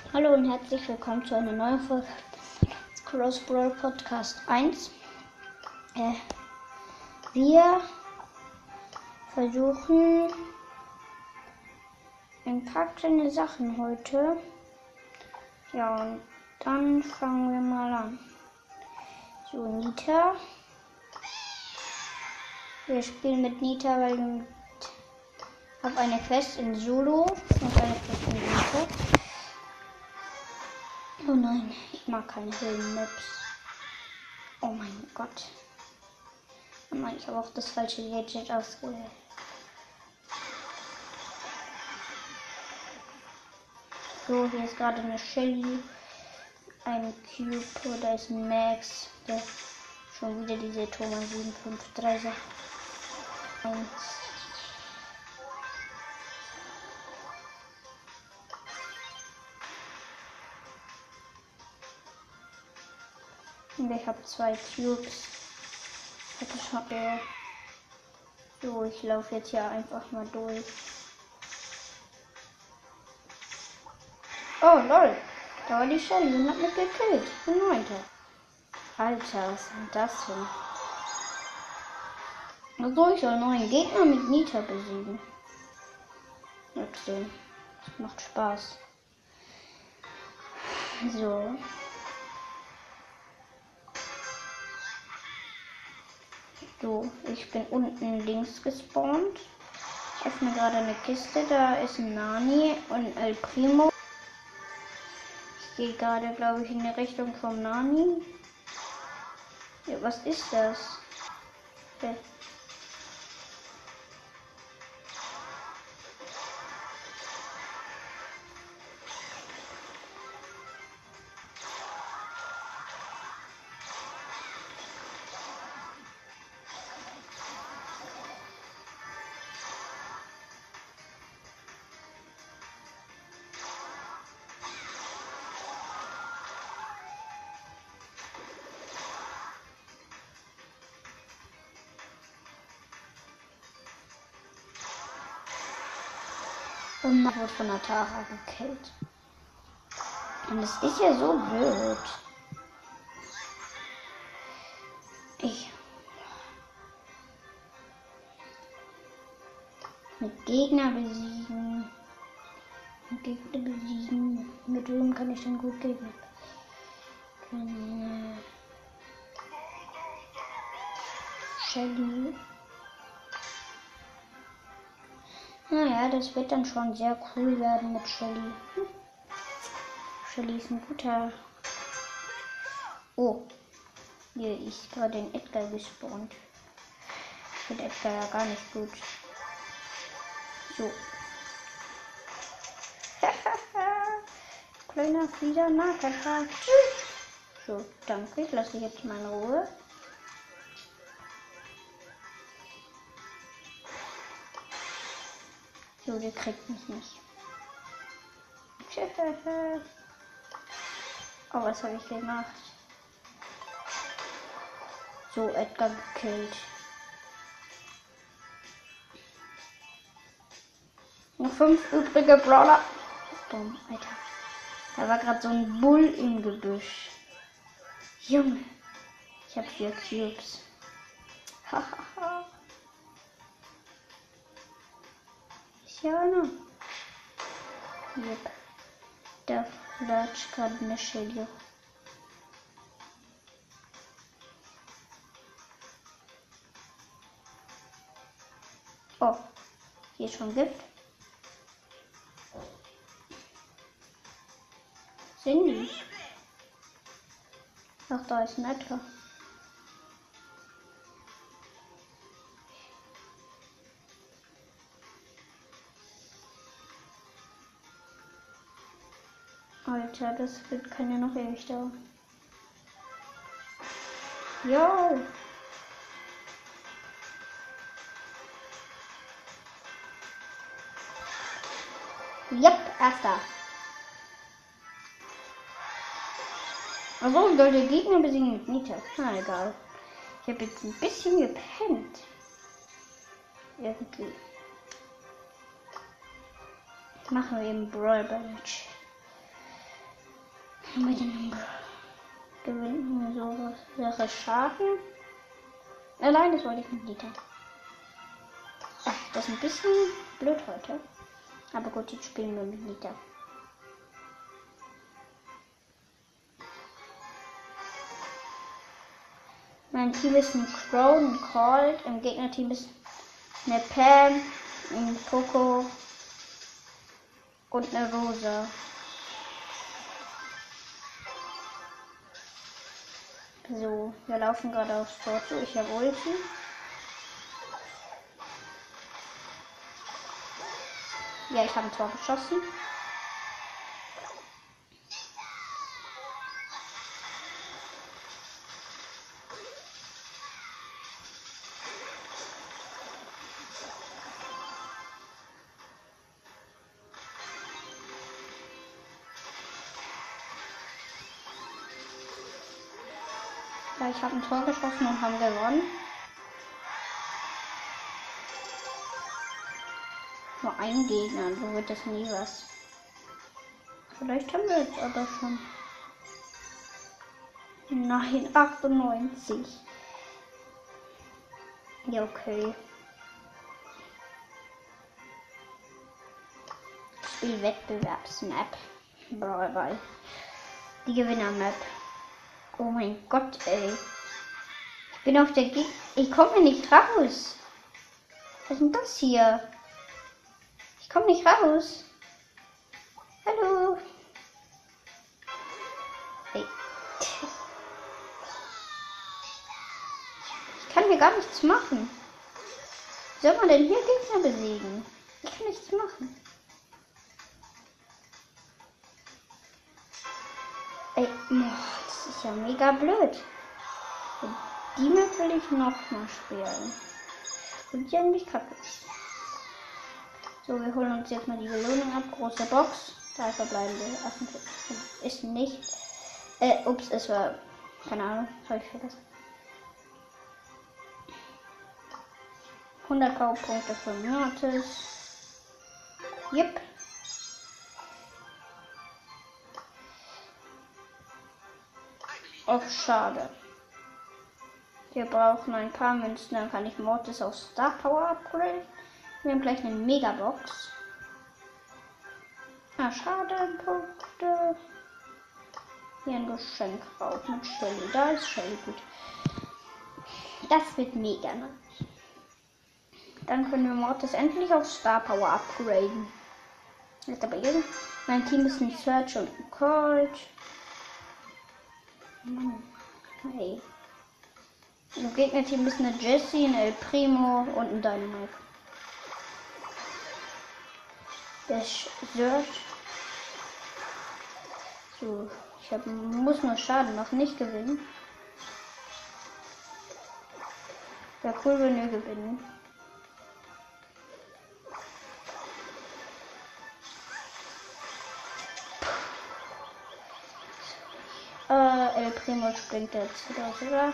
Hallo und herzlich willkommen zu einer neuen Folge des Cross Brawl Podcast 1. Wir versuchen ein paar kleine Sachen heute. Ja, und dann fangen wir mal an. So, Nita. Wir spielen mit Nita, weil ich habe eine Quest in Solo und eine Quest in Nita. Oh nein, ich mag keine Höhlenmaps. Oh mein Gott. Oh nein, ich habe auch das falsche Gadget ausgewählt. So, hier ist gerade eine Shelly, ein Cube, da ist ein Max, der schon wieder diese Thomas 753 Sache. Und ich habe 2 Cubes. So, ich laufe jetzt hier einfach mal durch. Oh lol, da war die Shelly und hat mich gekillt. Ich bin 9. Alter, was ist denn das denn? Also ich soll 9 Gegner mit Nita besiegen. Okay, das macht Spaß. So. So, ich bin unten links gespawnt. Ich öffne gerade eine Kiste, da ist ein Nani und El Primo. Ich gehe gerade, glaube ich, in die Richtung vom Nani. Ja, was ist das? Okay. Und man wird von der Tara gekillt. Und es ist ja so blöd. Mit Gegner besiegen. Mit wem kann ich denn gut Gegner besiegen? Shelly. Naja, das wird dann schon sehr cool werden mit Shelly. Shelly ist ein guter. Oh, hier ist gerade ein Edgar gespawnt. Ich finde Edgar ja gar nicht gut. So. Kleiner Flieder, Nahkontakt. So, danke. Ich lasse dich jetzt mal in Ruhe. So, der kriegt mich nicht. Oh, was habe ich gemacht? So, Edgar gekillt. Noch 5 übrige Brawler. Boom, Alter. Da war gerade so ein Bull im Gebüsch. Junge. Ich habe 4 Cubes. Hahaha. Ja, ne? Yep. Da latscht gerade eine Shelly. Oh, hier ist schon Gift. Sind die? Ach, da ist ein Edgar. Alter, das kann ja noch ewig dauern. Jo! Yep, erster. Also, ich sollte Gegner besiegen mit Nita. Na egal. Ich habe jetzt ein bisschen gepennt. Irgendwie. Machen wir eben Brawl Bench. Mit dem gewinnen so wäre Schaden. Allein das wollte ich mit Nita. Ach, das ist ein bisschen blöd heute. Aber gut, jetzt spielen wir mit Nita. Mein Team ist ein Crow, ein Colt. Im Gegnerteam ist eine Pam, ein Poco und eine Rosa. So, wir laufen gerade aufs Tor zu. Ich habe Ulti. Ja, ich habe ein Tor geschossen. Ja, ich habe ein Tor geschossen und haben gewonnen. Nur ein Gegner, so wird das nie was. Vielleicht haben wir jetzt aber schon. Nein, 98. Ja, okay. Spielwettbewerbsmap. Brawl Ball. Die Gewinner-Map. Oh mein Gott, ey. Ich bin auf der Ich komme nicht raus. Was ist denn das hier? Ich komme nicht raus. Hallo. Hey. Ich kann hier gar nichts machen. Wie soll man denn hier Gegner besiegen? Ich kann nichts machen. Ey, das ist ja mega blöd. Die Map will ich noch mal spielen. Und die eigentlich kacke ist. So, wir holen uns jetzt mal die Belohnung ab. Große Box. Da verbleiben wir. 48. Ist nicht. Ups, es war. Keine Ahnung. Habe ich vergessen. 100 Powerpunkte für Mortis. Yep. Oh, schade. Wir brauchen ein paar Münzen, dann kann ich Mortis auf Star Power upgraden. Wir haben gleich eine Megabox. Ah, schade, Punkte. Hier ein Geschenk raus mit Shelly. Da ist Shelly gut. Das wird mega nice. Dann können wir Mortis endlich auf Star Power upgraden. Jetzt aber eben. Mein Team ist ein Search und ein Colt. Hey. Im Gegnerteam ist eine Jessie, ein El Primo und ein Dynamite. Der Search. So, muss nur Schaden machen, nicht gewinnen. Wäre cool, wenn wir gewinnen. El Primo springt jetzt wieder, oder?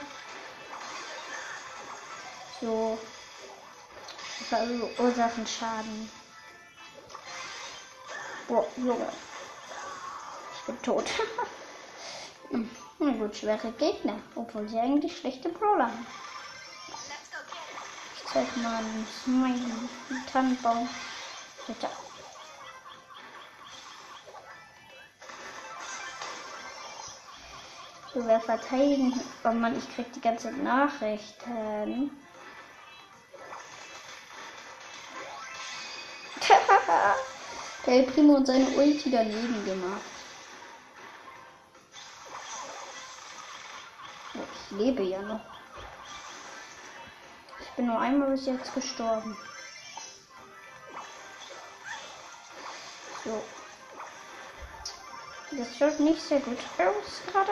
So. Das verursachen Schaden. Boah, Junge. Ich bin tot. Na gut, schwere Gegner. Obwohl sie eigentlich schlechte Brawler haben. Ich zeig mal einen Smiley. Einen Tannenbaum. Bitte. So, wer verteidigen? Oh Mann, ich krieg die ganze Nachrichten. Der El Primo und seine Ulti daneben gemacht. Oh, ich lebe ja noch. Ich bin nur einmal bis jetzt gestorben. So. Das schaut nicht sehr gut aus gerade.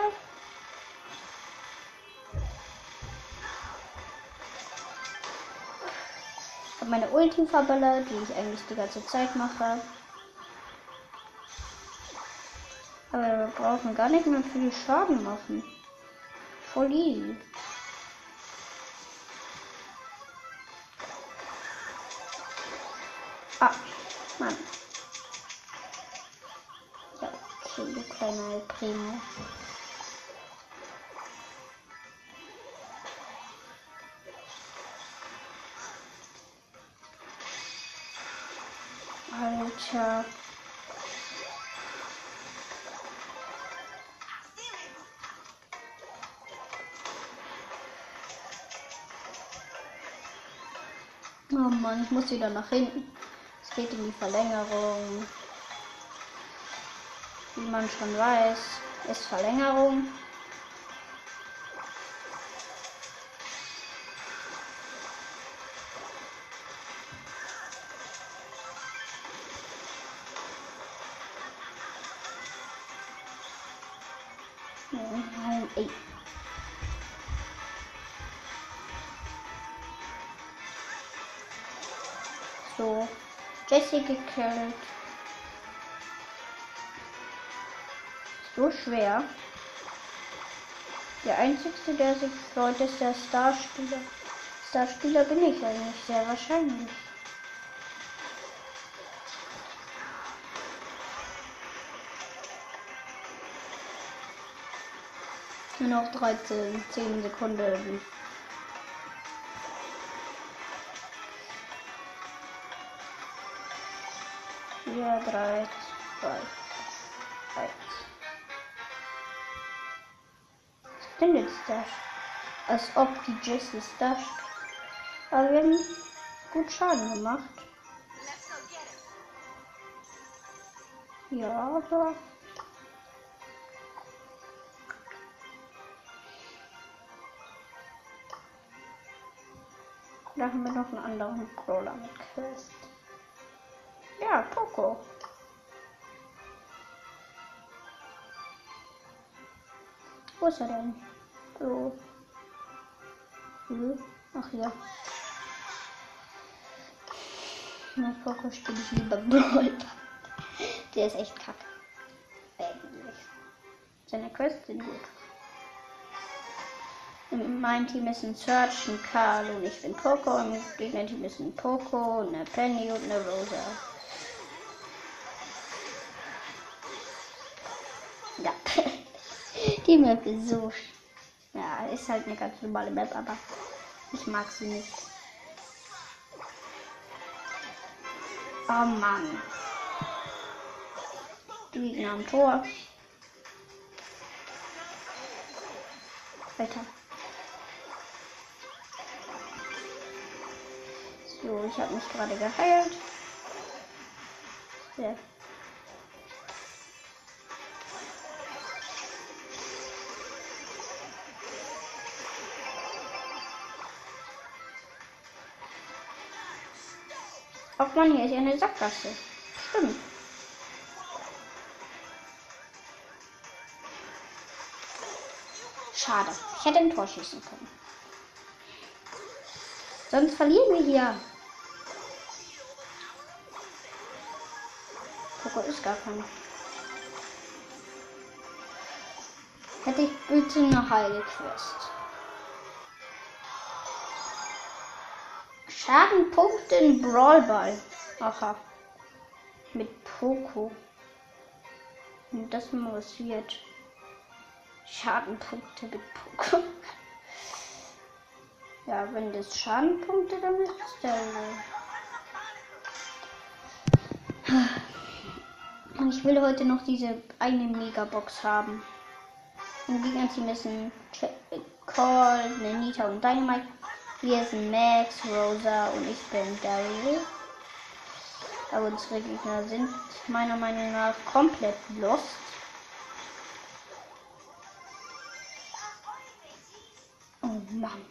Ich habe meine Ulti verballert, die ich eigentlich die ganze Zeit mache. Aber wir brauchen gar nicht mehr viel Schaden machen. Voll easy. Ah, Mann. Ja, Chill, du kleiner El Primo. Alter. Oh Mann, ich muss wieder nach hinten. Es geht in die Verlängerung. Wie man schon weiß, ist Verlängerung. Nein, ey. So, Jessie gekillt. So schwer. Der einzige, der sich freut, ist der Starspieler. Starspieler bin ich eigentlich sehr wahrscheinlich. Nur noch 13, 10 Sekunden. Ja, 3, 2, 1. Was denn jetzt das? Als ob die Jessie das. Aber wir haben gut Schaden gemacht. Ja, aber. Da haben wir noch einen anderen Brawler mit Quest. Ja, Poco. Wo ist er denn? So. Ach ja. Mit Poco spiele ich lieber Brawl. Der ist echt kacke. Eigentlich. Seine Quests sind gut. In meinem Team ist ein Search, ein Karl und ich bin Poco. Im Gegnerteam ist ein Poco, eine Penny und eine Rosa. Ja. Die Map ist so. Ja, ist halt eine ganz normale Map, aber ich mag sie nicht. Oh Mann. Die Gegner am Tor. Alter. So, ich habe mich gerade geheilt. Ja. Ach man, hier ist ja eine Sackgasse. Stimmt. Schade. Ich hätte ein Tor schießen können. Sonst verlieren wir hier. Poco ist gar kein. Hätte ich bitte eine Heilquest. Schadenpunkte in Brawlball. Aha. Mit Poco. Und das mal was wird. Schadenpunkte mit Poco. Ja, wenn das Schadenpunkte damit ist, dann. Und ich will heute noch diese eine Megabox haben. Im Gegnerteam ist ein Call, eine Nita und Dynamite. Hier sind Max, Rosa und ich bin Daryl. Aber unsere Gegner sind meiner Meinung nach komplett lost. Oh Mann.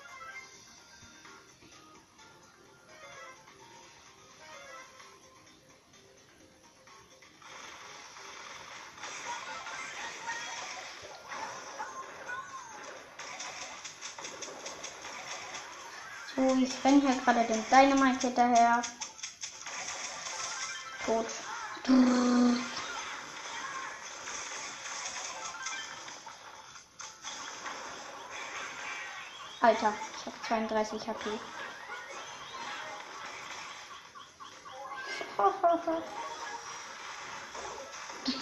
So, ich renne hier gerade den Dynamite hinterher. Tot. Alter, ich habe 32 HP.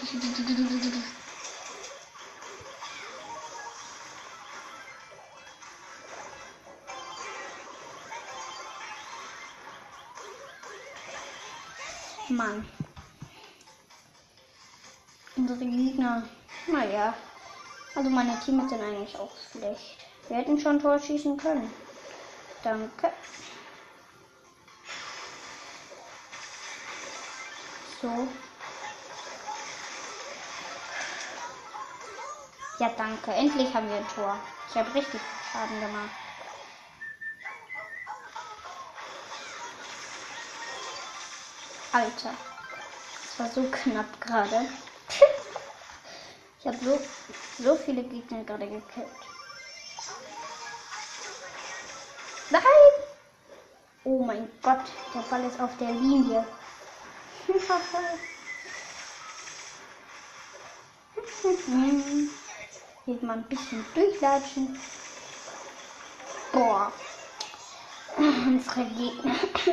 Mann. Unsere Gegner. Naja. Also meine Teams sind eigentlich auch schlecht. Wir hätten schon Tor schießen können. Danke. So. Ja, danke. Endlich haben wir ein Tor. Ich habe richtig Schaden gemacht. Alter. Das war so knapp gerade. Ich habe so viele Gegner gerade gekillt. Nein! Oh mein Gott, der Ball ist auf der Linie. Hier mal ein bisschen durchlatschen. Boah. Unsere Gegner.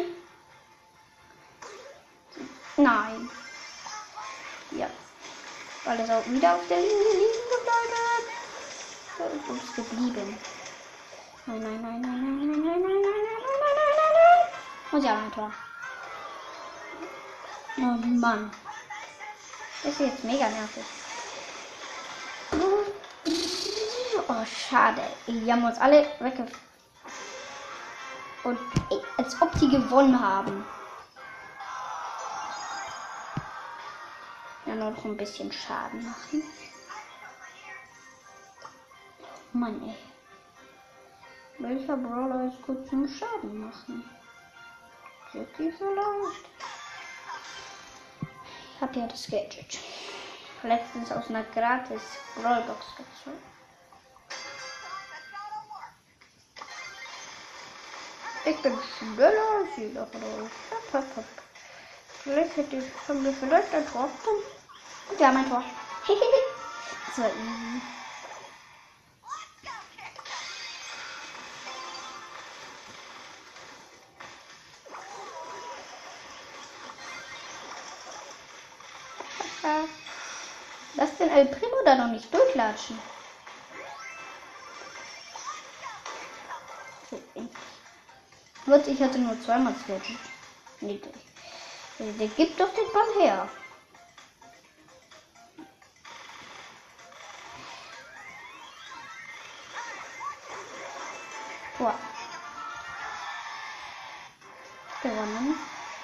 Nein. Ja. Ball ist auch wieder auf der Linie liegen geblieben. So ist uns geblieben. Nein, nein, nein, nein, nein, nein, nein, nein, nein, nein, nein, nein, nein, nein. Und ja, ein Tor. Oh Mann. Das ist jetzt mega nervig. Oh, schade. Wir haben uns alle weggefallen. Und als ob die gewonnen haben. Ja, nur noch ein bisschen Schaden machen. Mann, ey. Welcher Brawler ist gut zum Schaden machen? Jackie vielleicht? Ich habe ja das Gadget. Letztens aus einer gratis Brawlbox gezogen. Ich bin schneller als jeder von euch. Vielleicht haben wir vielleicht ein Tor. Und wir haben ein Tor. Das war easy. Lass den El Primo da noch nicht durchlatschen. So, ich hatte nur zweimal Gadget. Niedlich. Der gibt doch den Ball her. Boah. Gewonnen.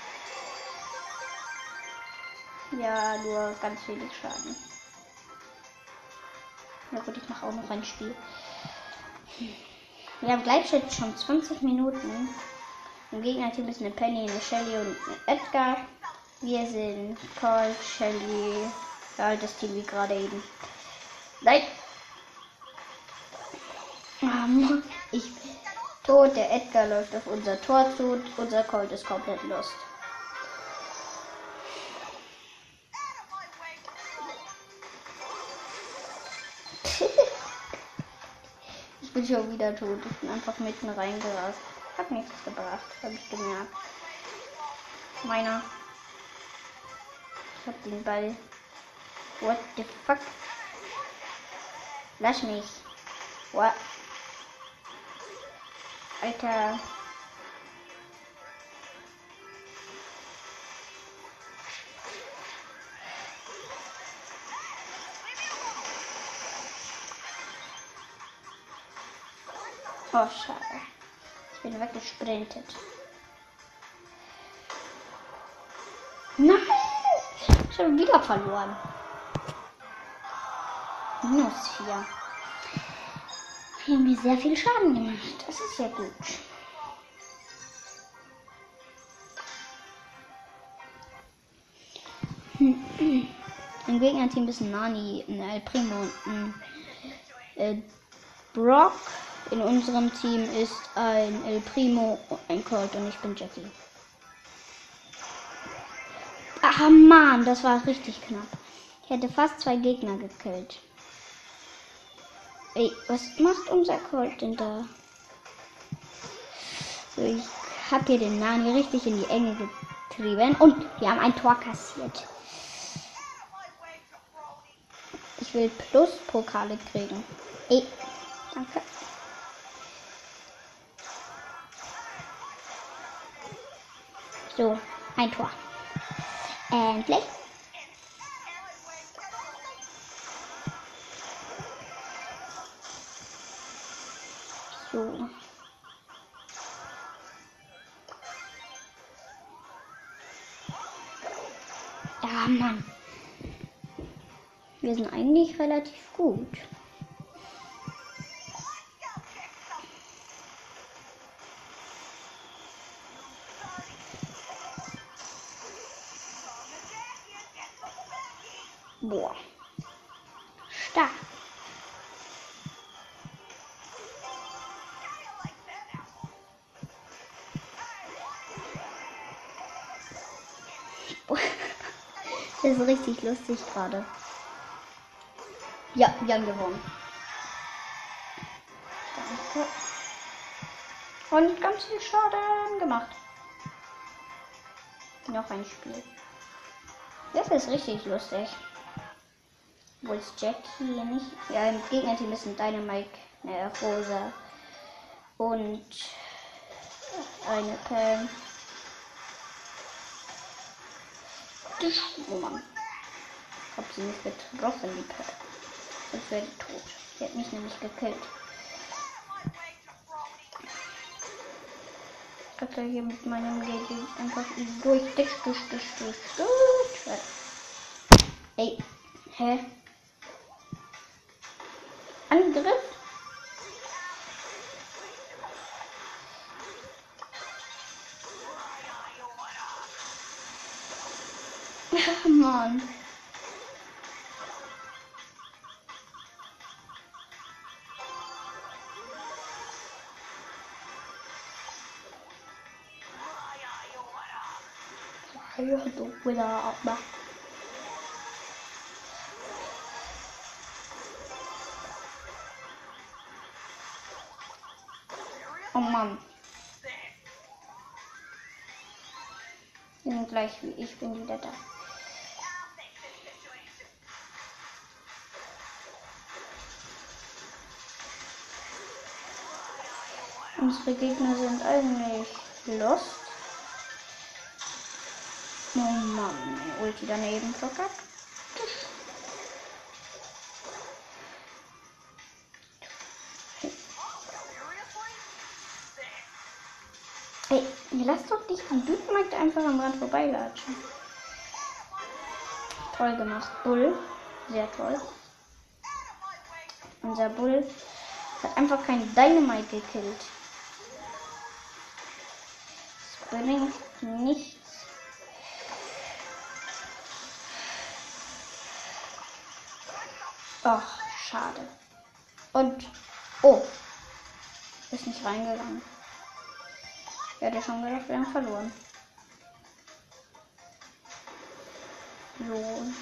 Ja, nur ganz wenig Schaden. Na gut, ich mache auch noch ein Spiel. Wir haben gleich jetzt schon 20 Minuten. Im Gegnerteam ist eine Penny, eine Shelly und ein Edgar. Wir sind Colt, Shelly, ja, das Team wie gerade eben. Nein! Ich bin tot, der Edgar läuft auf unser Tor zu, unser Colt ist komplett lost. Ich bin schon wieder tot, ich bin einfach mitten reingerast. Hat nichts gebracht, habe ich gemerkt. Meiner. Ich hab den Ball. What the fuck? Lass mich. What? Alter. Oh, schade. Ich bin weggesprintet. Nein! Schon wieder verloren. -4. Wir haben mir sehr viel Schaden gemacht. Das ist ja gut. Im Gegnerteam ist ein Nani, ein El Primo und ein Brock. In unserem Team ist ein El Primo, ein Colt und ich bin Jackie. Ah Mann, das war richtig knapp. Ich hätte fast 2 Gegner gekillt. Ey, was macht unser Colt denn da? So, ich habe hier den Nani richtig in die Enge getrieben und wir haben ein Tor kassiert. Ich will Plus-Pokale kriegen. Ey, danke. So, ein Tor. Endlich. So. Ja, Mann. Wir sind eigentlich relativ gut. Boah. Stark. Das ist richtig lustig gerade. Ja, wir haben gewonnen. Danke. Und ganz viel Schaden gemacht. Noch ein Spiel. Das ist richtig lustig. Wo ist Jackie nicht? Ja, im Gegnerteam ist ein Dynamite, eine Rosa und eine Pam. Oh Mann. Ich hab sie nicht getroffen, die Pam. Sonst wäre die tot. Sie hat mich nämlich gekillt. Ich hab da hier mit meinem GG einfach durch. Ey. Hä? Angriff? Ja, Mann. Ja, du wieder aber. Oh Mann. Bin gleich wie ich bin wieder da. Unsere Gegner sind eigentlich lost. Oh Mann, Ulti daneben verkackt. Ey, lass doch dich die Dynamite einfach am Rand vorbeilatschen. Toll gemacht, Bull. Sehr toll. Unser Bull hat einfach kein Dynamite gekillt. Das bringt nichts. Ach, schade. Und, oh, ist nicht reingegangen. Ich hätte schon gedacht, wir haben verloren. So.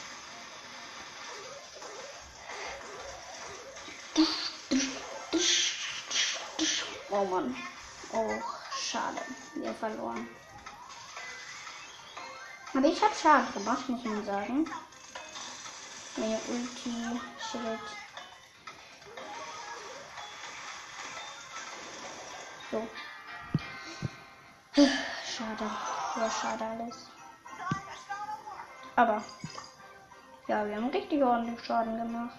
Oh Mann. Oh, schade. Wir haben verloren. Aber ich habe Schaden gemacht, muss man sagen. Meine Ulti, Schild. So. Schade. Ja, schade alles. Aber. Ja, wir haben richtig ordentlich Schaden gemacht.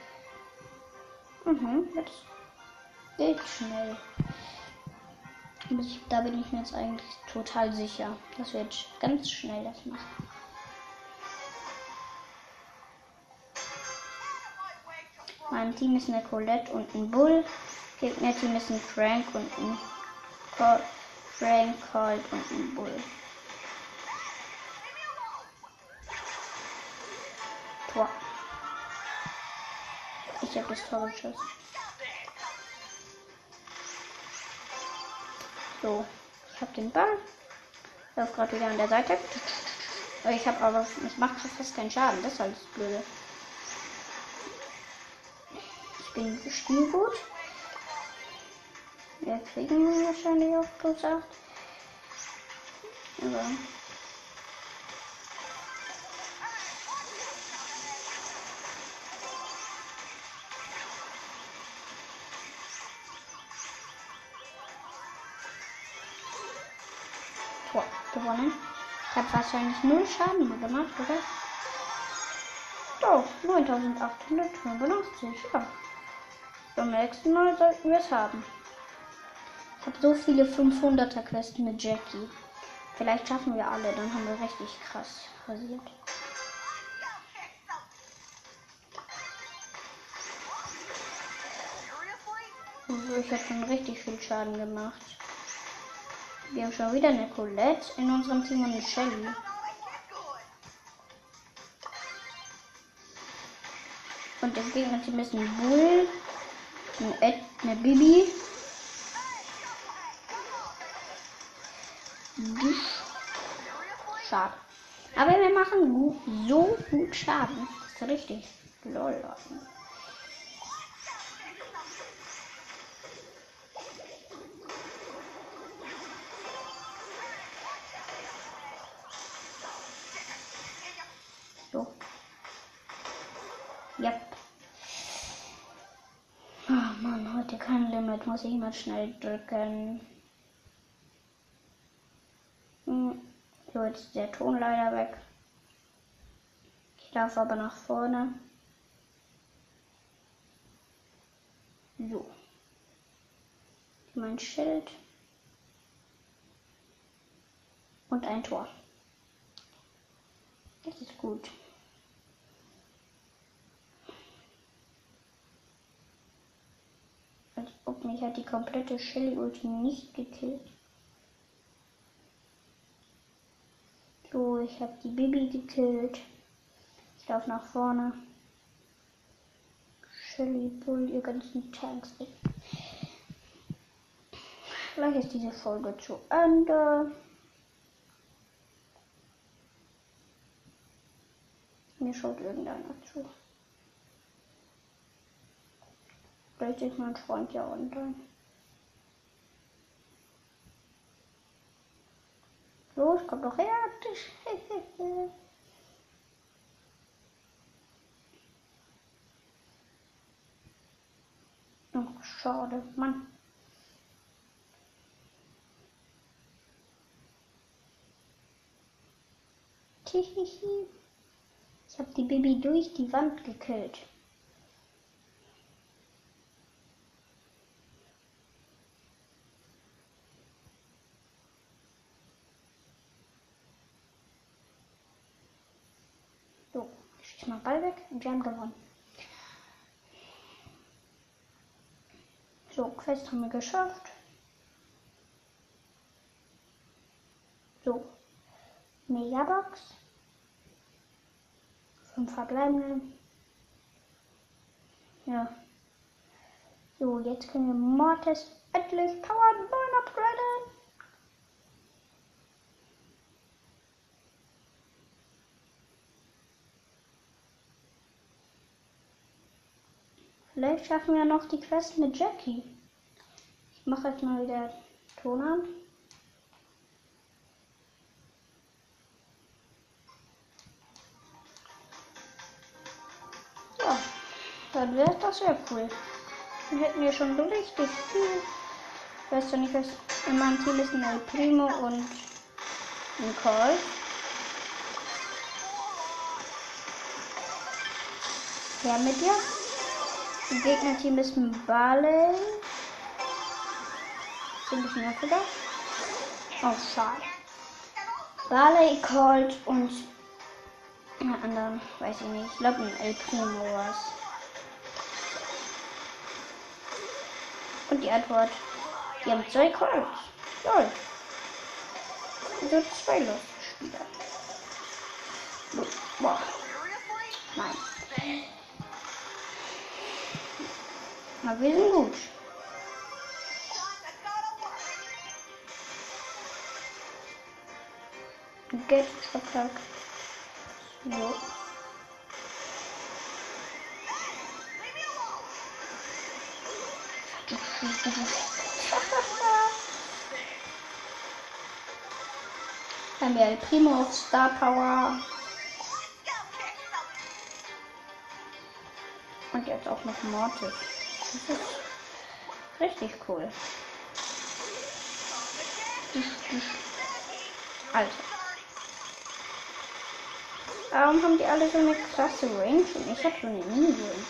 Jetzt geht schnell. Da bin ich mir jetzt eigentlich total sicher, dass wir jetzt ganz schnell das machen. Mein Team ist eine Colette und ein Bull. Gegner-Team ist ein Frank und ein Frank, Colt und ein Bull. Tor. Ich habe das Tor geschossen. So, ich habe den Ball. Ich laufe gerade wieder an der Seite. Ich habe aber, es macht fast keinen Schaden. Das ist halt das Blöde. Ich bin spielgut. Wir kriegen wahrscheinlich auch plus 8. Aber gewonnen. Ich habe wahrscheinlich 0 Schaden gemacht, oder? Doch, 9885. Ja. Beim nächsten Mal sollten wir es haben. Ich habe so viele 500er Quests mit Jackie. Vielleicht schaffen wir alle, dann haben wir richtig krass rasiert. Also ich habe schon richtig viel Schaden gemacht. Wir haben schon wieder eine Colette in unserem Team und eine Shelly. Und im Gegnerteam ist ein Bull, eine Bibi. Schade. Aber wir machen so gut Schaden. Das ist richtig lol. So. Yep. Oh Mann, heute kein Limit. Muss ich mal schnell drücken. So, jetzt ist der Ton leider weg. Ich laufe aber nach vorne. So. Mein Schild. Und ein Tor. Das ist gut. Als ob mich hat die komplette Shelly-Ulti nicht gekillt. So, ich habe die Bibi gekillt. Ich laufe nach vorne. Shelly, Bull, ihr ganzen Tanks. Gleich ist diese Folge zu Ende. Mir schaut irgendeiner zu. Vielleicht ist mein Freund ja online. Los, komm doch her. Oh, schade, Mann. Hihihi. Ich habe die Bibi durch die Wand gekillt. So, ich schieße mal Ball weg und wir haben gewonnen. So, Quest haben wir geschafft. So, Megabox. 5 verbleibende. Ja. So, jetzt können wir Mortis endlich Power 9 upgraden. Vielleicht schaffen wir noch die Quest mit Jackie. Ich mache jetzt mal wieder Ton an. Ja, dann wäre das ja cool. Dann hätten wir schon so richtig viel. Ich weiß zwar nicht, was in meinem Team ist, ein El Primo und ein Call. Her mit dir. Im Gegnerteam ist ein Barley. Ziemlich nerviger. Oh, schade. Barley, Colt und einen anderen, weiß ich nicht. Ich glaube ein El Primo was. Und die Antwort, die haben 2 Colts. Lol. Also 2 Lustspieler. Boah. Nein. Aber wir sind gut. Geld verkackt. So. Haben wir El Primo auf Star Power. Und jetzt auch noch Mortis. Das ist richtig cool. Alter. Warum haben die alle so eine krasse Range und ich habe so eine Mini-Range?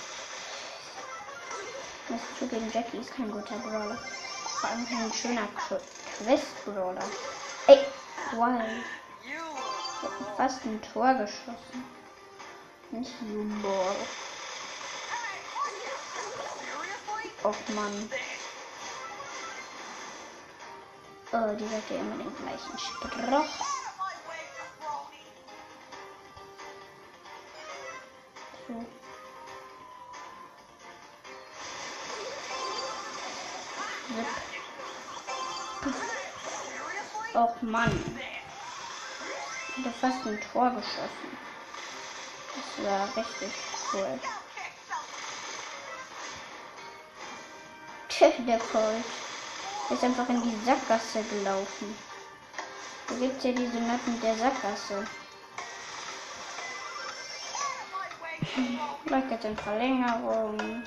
Das zugeben, Jackie ist kein guter Brawler. Vor allem kein schöner Quest-Brawler. Ey, wow. Ich hab fast ein Tor geschossen. Nicht Jumbo. Och Mann. Oh, die sagt ja immer den gleichen Spruch. So. Och Mann. Ich habe fast ein Tor geschossen. Das war richtig cool. Tja, der Colt ist einfach in die Sackgasse gelaufen. Da gibt es ja diese Mappen der Sackgasse. Vielleicht jetzt in Verlängerung.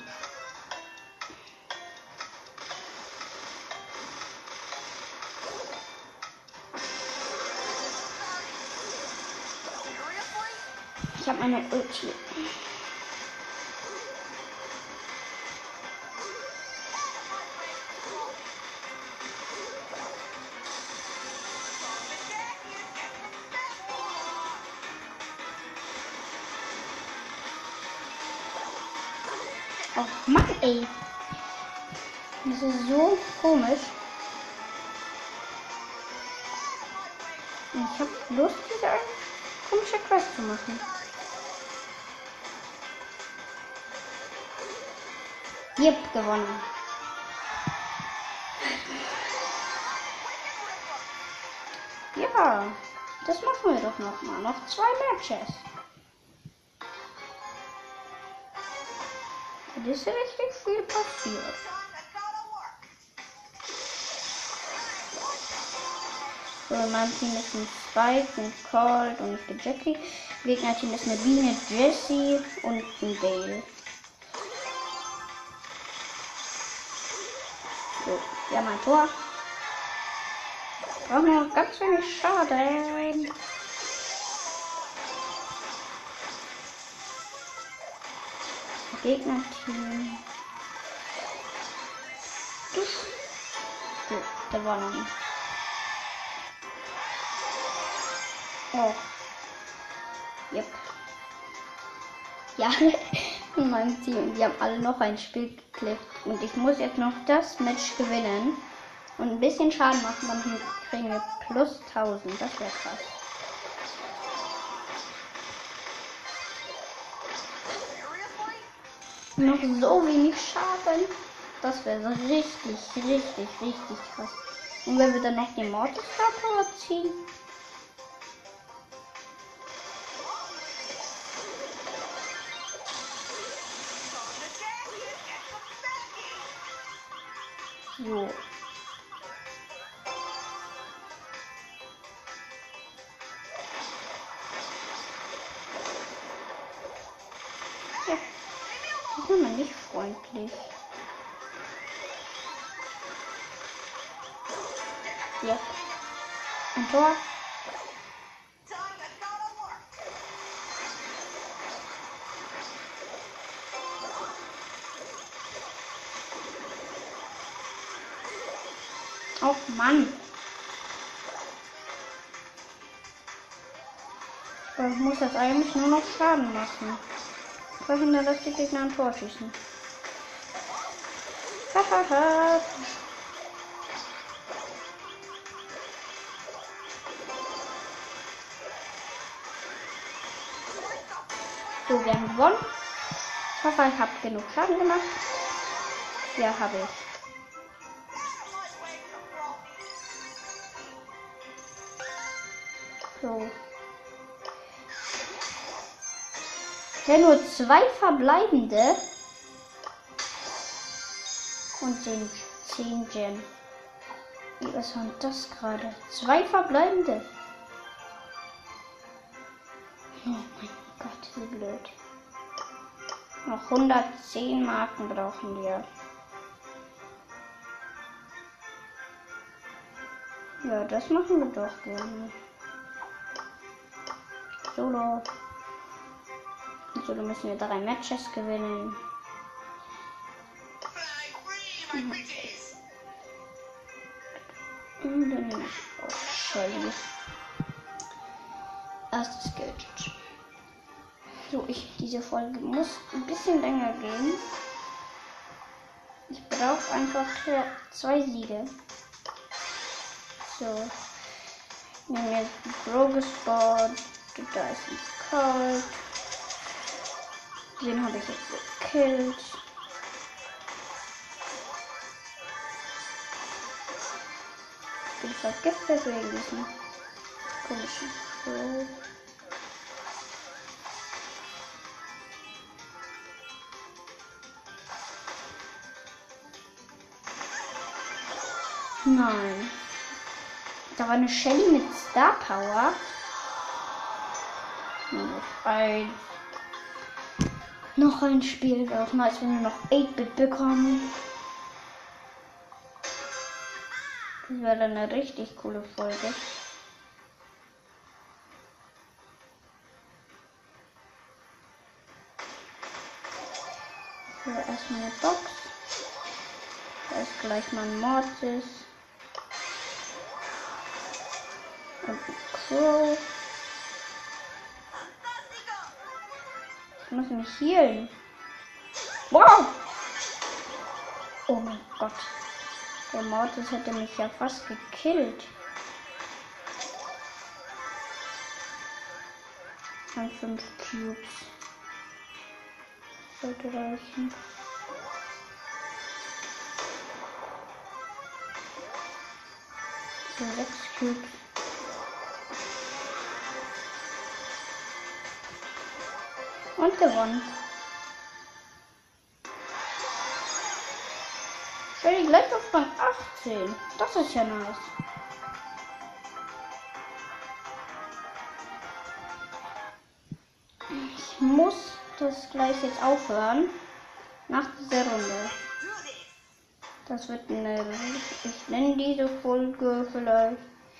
Ich habe meine Ulti. Oh Mann, ey. Das ist so komisch. Ich habe Lust, diese komische Quest zu machen. Yep, gewonnen. Ja, das machen wir doch noch mal. Noch 2 Matches. Und ist richtig viel passiert. So, in meinem Team ist ein Spike, ein Colt und ich bin Jackie. Gegnerteam ist eine Biene, Jessie und ein Dale. So, wir haben ein Tor. Brauchen wir noch ganz wenig Schaden. Gegnerteam. So, gewonnen. Oh. Yep. Ja, in meinem Team. Die haben alle noch ein Spiel geklickt. Und ich muss jetzt noch das Match gewinnen. Und ein bisschen Schaden machen, dann kriegen wir plus 1000. Das wäre krass. Noch so wenig Schaden. Das wäre so richtig krass. Und wenn wir dann noch die Mortis-Statue ziehen. So. Ja. Das ist immer nicht freundlich. Ja. Ein Tor. Oh Mann. Ich muss jetzt eigentlich nur noch Schaden machen. Verhindern, dass die Gegner ein Tor schießen. Hahaha. So, wir haben gewonnen. Ich hoffe, ich habe genug Schaden gemacht. Ja, habe ich. So. Ja, nur 2 verbleibende. Und den 10 Gem. Was war das gerade? 2 verbleibende. Oh mein Gott, wie blöd. Noch 110 Marken brauchen wir. Ja, das machen wir doch gerne. Solo. In Solo müssen wir 3 Matches gewinnen. Und dann nehme ich auch Shelly. Erstes Gadget. So, diese Folge muss ein bisschen länger gehen. Ich brauche einfach 2 Siege. So. Ich nehme jetzt Rogue-Spot. Da ist ein Colt. Den habe ich jetzt gekillt. Ich bin vergiftet wegen diesem komischen Rogue. Nein. Da war eine Shelly mit Star Power. Noch ein Spiel. Wäre auch nice, wenn wir noch 8-Bit bekommen. Das wäre dann eine richtig coole Folge. So, erstmal eine Box. Da ist gleich mal ein Mortis. Und ein Crow. Ich muss mich healen. Wow! Oh mein Gott. Der Mortis hätte mich ja fast gekillt. Und 5 Cubes. Sollte reichen. So, 6 Cubes. Und gewonnen. Shelly gleich auf Rang 18. Das ist ja nice. Ich muss das gleich jetzt aufhören. Nach dieser Runde. Das wird eine. Ich nenne diese Folge vielleicht.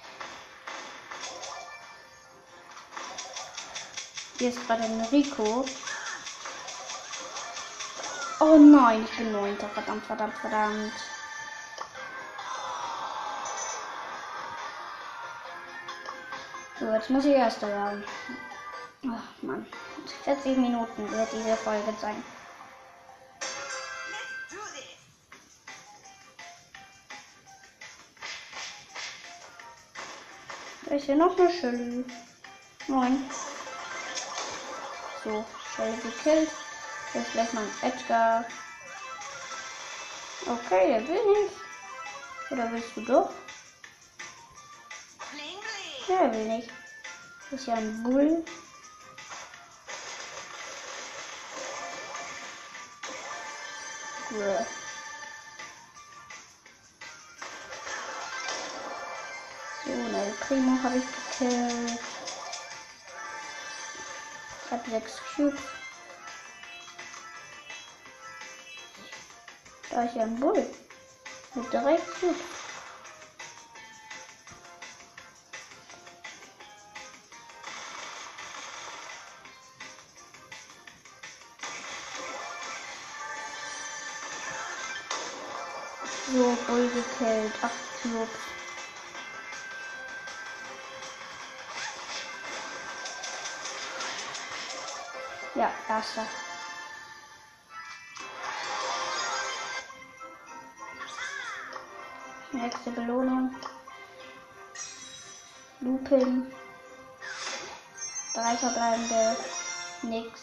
Hier ist gerade ein Rico. Oh nein, ich bin 9. Verdammt, verdammt, verdammt. So, jetzt muss ich Erster werden. Ach Mann. 40 Minuten wird diese Folge sein. Da ist hier noch eine Shelly. Moin. So, Shelly gekillt. Jetzt gleich mal ein Edgar. Okay, der will nicht. Oder willst du doch? Ja, er will nicht. Das ist ja ein Bull. Cool. So, eine Primo habe ich gekillt. Ich habe 6 Cubes. Da ist ja ein Bull. Mit 3 Cubes. So, Bull gekillt. 8 Cubes. Ja, erster. Nächste Belohnung. Lupin. 3 verbleibende. Nix.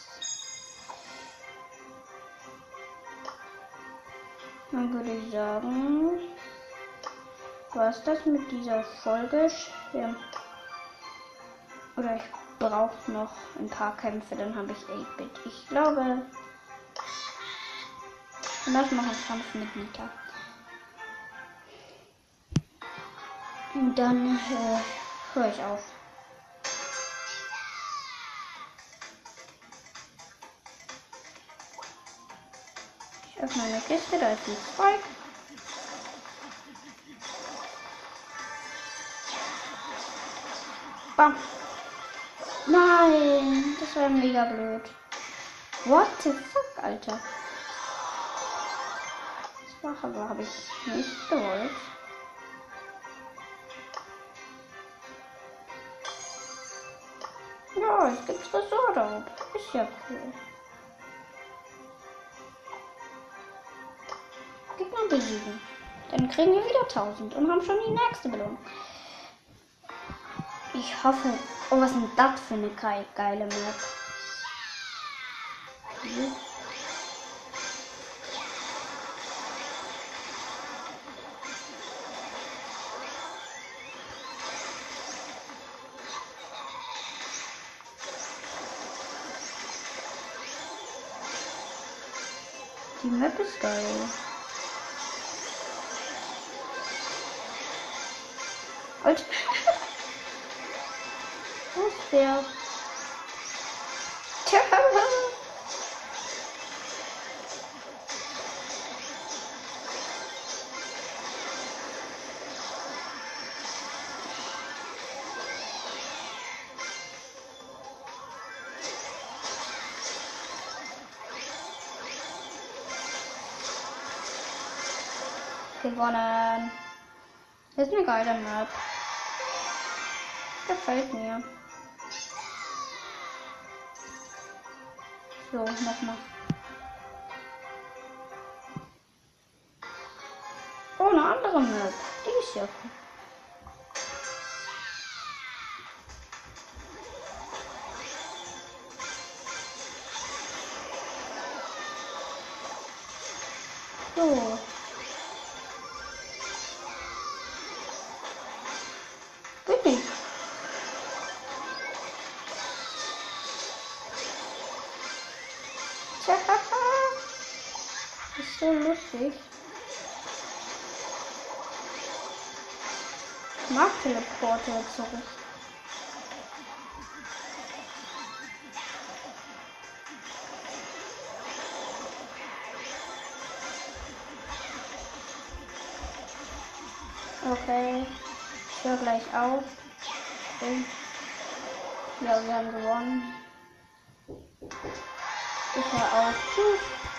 Dann würde ich sagen, was das mit dieser Folge? Ja. Oder ich brauche noch ein paar Kämpfe, dann habe ich 8-Bit. Ich glaube, wir machen noch einen Kampf mit Nita. Und dann höre ich auf. Ich öffne eine Kiste, da ist ein Spike. Bam. Nein! Nein, das war mega blöd. What the fuck, Alter? Das war aber, habe ich nicht gewollt. Ja, es gibt Tresor da. Ist ja cool. Gegner besiegen. Dann kriegen wir wieder 1000 und haben schon die nächste Belohnung. Ich hoffe. Oh, was ist denn das für eine geile Map? Die Map ist geil. Alter. Wo ist der? Tja. Gewonnen. Das ist eine geile Map. Gefällt mir. So, nochmal. Oh, eine andere Map. Die ist ja cool. So. Wirklich. Tja, ist so lustig. Ich mag Teleporter zurück. Okay. Ich höre gleich auf. Okay. Ja, wir haben gewonnen. Ich höre auf. Tschüss.